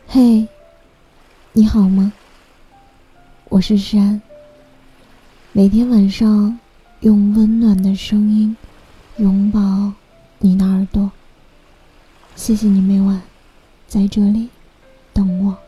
嘿，你好吗？我是珊，每天晚上用温暖的声音拥抱你的耳朵。谢谢你每晚在这里等我。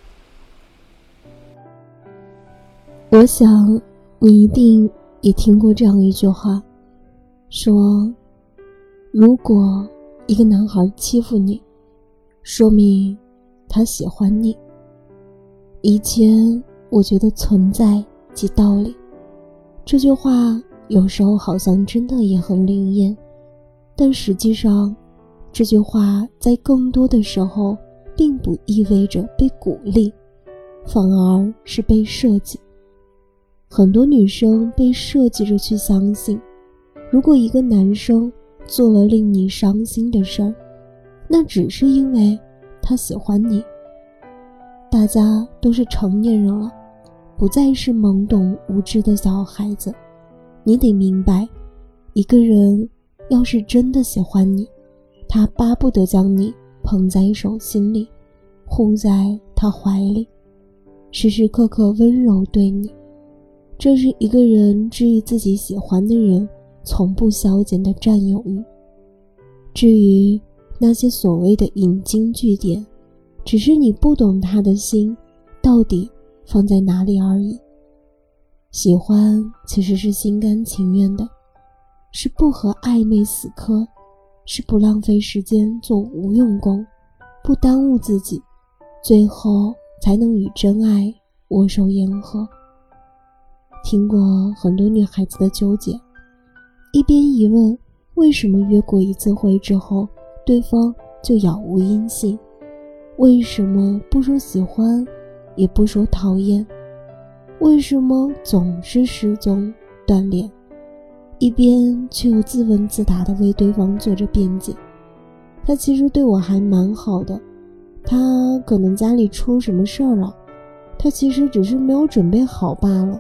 我想你一定也听过这样一句话，说如果一个男孩欺负你，说明他喜欢你。以前我觉得存在即道理，这句话有时候好像真的也很灵验，但实际上这句话在更多的时候并不意味着被鼓励，反而是被设计。很多女生被设计着去相信，如果一个男生做了令你伤心的事儿，那只是因为他喜欢你。大家都是成年人了，不再是懵懂无知的小孩子。你得明白，一个人要是真的喜欢你，他巴不得将你捧在手心里，护在他怀里，时时刻刻温柔对你。这是一个人至于自己喜欢的人从不消减的占有欲。至于那些所谓的引经据典，只是你不懂他的心到底放在哪里而已。喜欢其实是心甘情愿的，是不和暧昧死磕，是不浪费时间做无用功，不耽误自己，最后才能与真爱握手言和。听过很多女孩子的纠结，一边疑问为什么约过一次会之后对方就杳无音信，为什么不说喜欢也不说讨厌，为什么总是失踪断联，一边却又自问自答地为对方做着辩解。他其实对我还蛮好的，他可能家里出什么事儿了，他其实只是没有准备好罢了。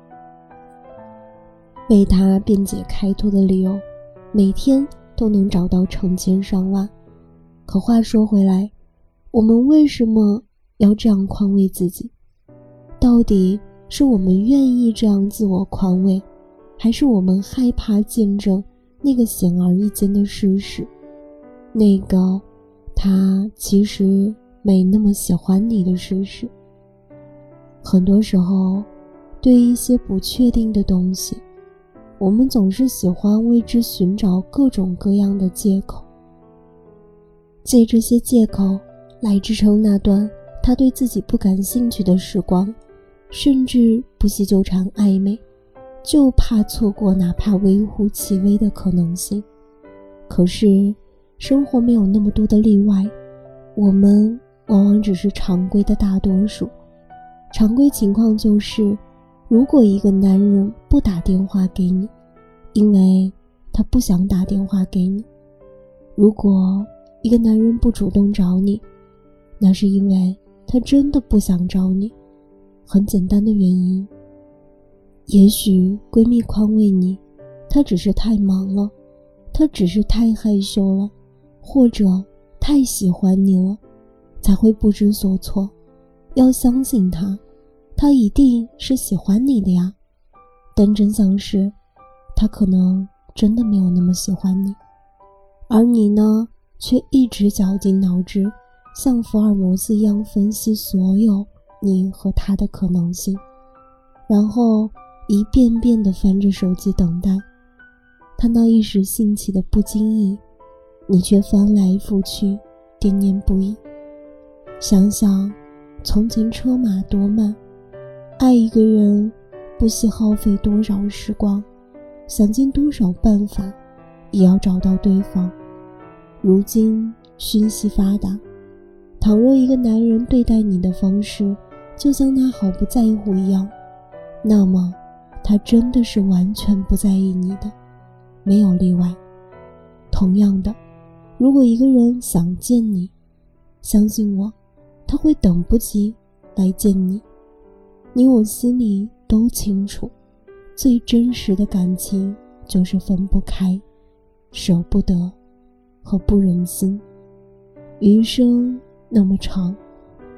为他辩解开脱的理由，每天都能找到成千上万。可话说回来，我们为什么要这样宽慰自己？到底是我们愿意这样自我宽慰，还是我们害怕见证那个显而易见的事实，那个他其实没那么喜欢你的事实？很多时候，对于一些不确定的东西，我们总是喜欢为之寻找各种各样的借口，借这些借口来支撑那段他对自己不感兴趣的时光，甚至不惜纠缠暧昧，就怕错过哪怕微乎其微的可能性。可是生活没有那么多的例外，我们往往只是常规的大多数。常规情况就是，如果一个男人不打电话给你，因为他不想打电话给你；如果一个男人不主动找你，那是因为他真的不想找你。很简单的原因，也许闺蜜宽慰你，她只是太忙了，她只是太害羞了，或者太喜欢你了，才会不知所措。要相信她，她一定是喜欢你的呀。但真相是，她可能真的没有那么喜欢你，而你呢，却一直绞尽脑汁，像福尔摩斯一样分析所有你和他的可能性，然后一遍遍地翻着手机等待。他那一时兴起的不经意，你却翻来覆去，惦念不已。想想从前车马多慢，爱一个人不惜耗费多少时光，想尽多少办法，也要找到对方。如今讯息发达，倘若一个男人对待你的方式就像他毫不在乎一样，那么他真的是完全不在意你的，没有例外。同样的，如果一个人想见你，相信我，他会等不及来见你。你我心里都清楚，最真实的感情就是分不开，舍不得和不忍心。余生那么长，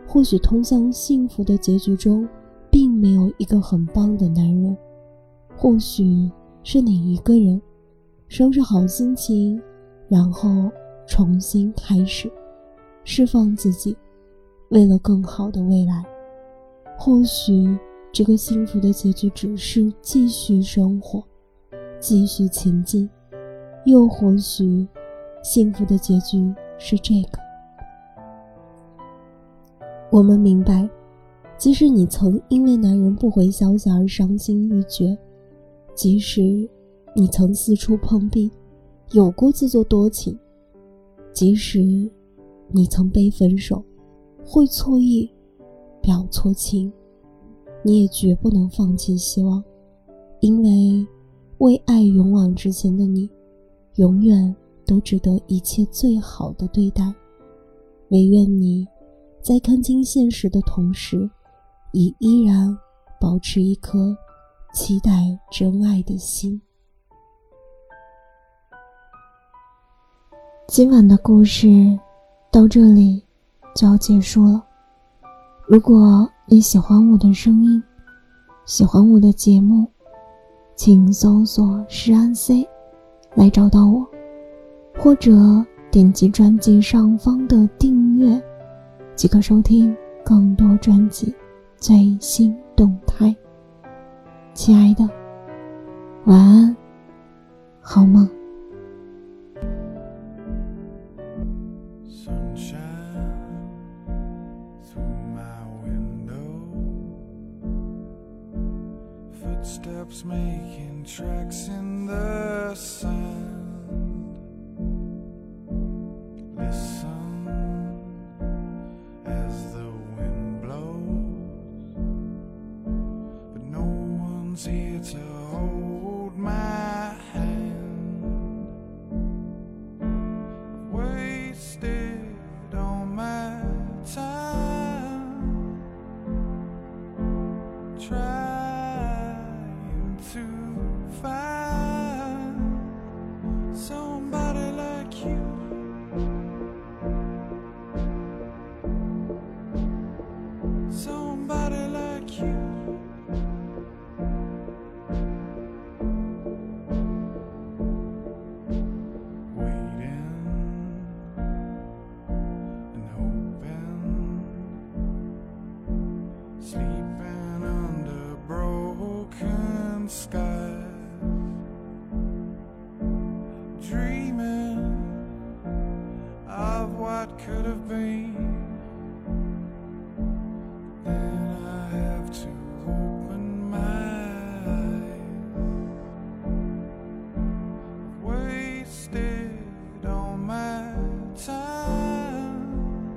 或许通向幸福的结局中并没有一个很棒的男人，或许是哪一个人收拾好心情，然后重新开始，释放自己，为了更好的未来。或许这个幸福的结局只是继续生活，继续前进，又或许幸福的结局是这个。我们明白，即使你曾因为男人不回消息而伤心欲绝，即使你曾四处碰壁，有过自作多情，即使你曾被分手，会错意，表错情，你也绝不能放弃希望，因为为爱勇往直前的你，永远都值得一切最好的对待。唯愿你在看清现实的同时，也依然保持一颗期待真爱的心。今晚的故事到这里就要结束了。如果你喜欢我的声音，喜欢我的节目，请搜索诗安 C 来找到我，或者点击专辑上方的订阅，即可收听更多专辑最新动态。亲爱的，晚安，好梦。 Footsteps making tracks in the sand. Listen as the wind blows, but no one's here to hold my hand. I've wasted all my time trying to find somebody like you, somebody like you. Waiting and hoping, sleeping under broken skies, dreaming of what could have been. Then I have to open my eyes. I've wasted all my time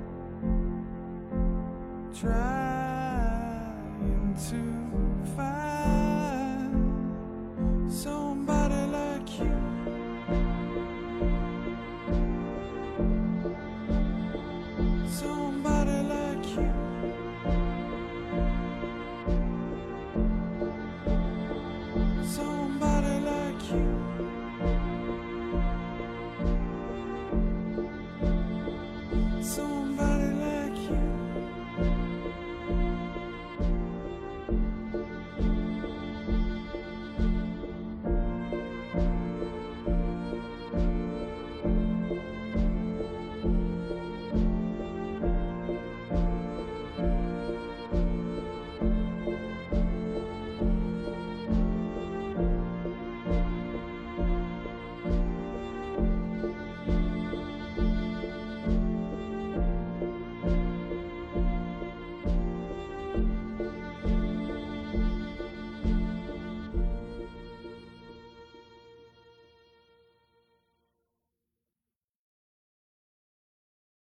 trying to find somebody like you, somebody like you, somebody like you, somebody like you.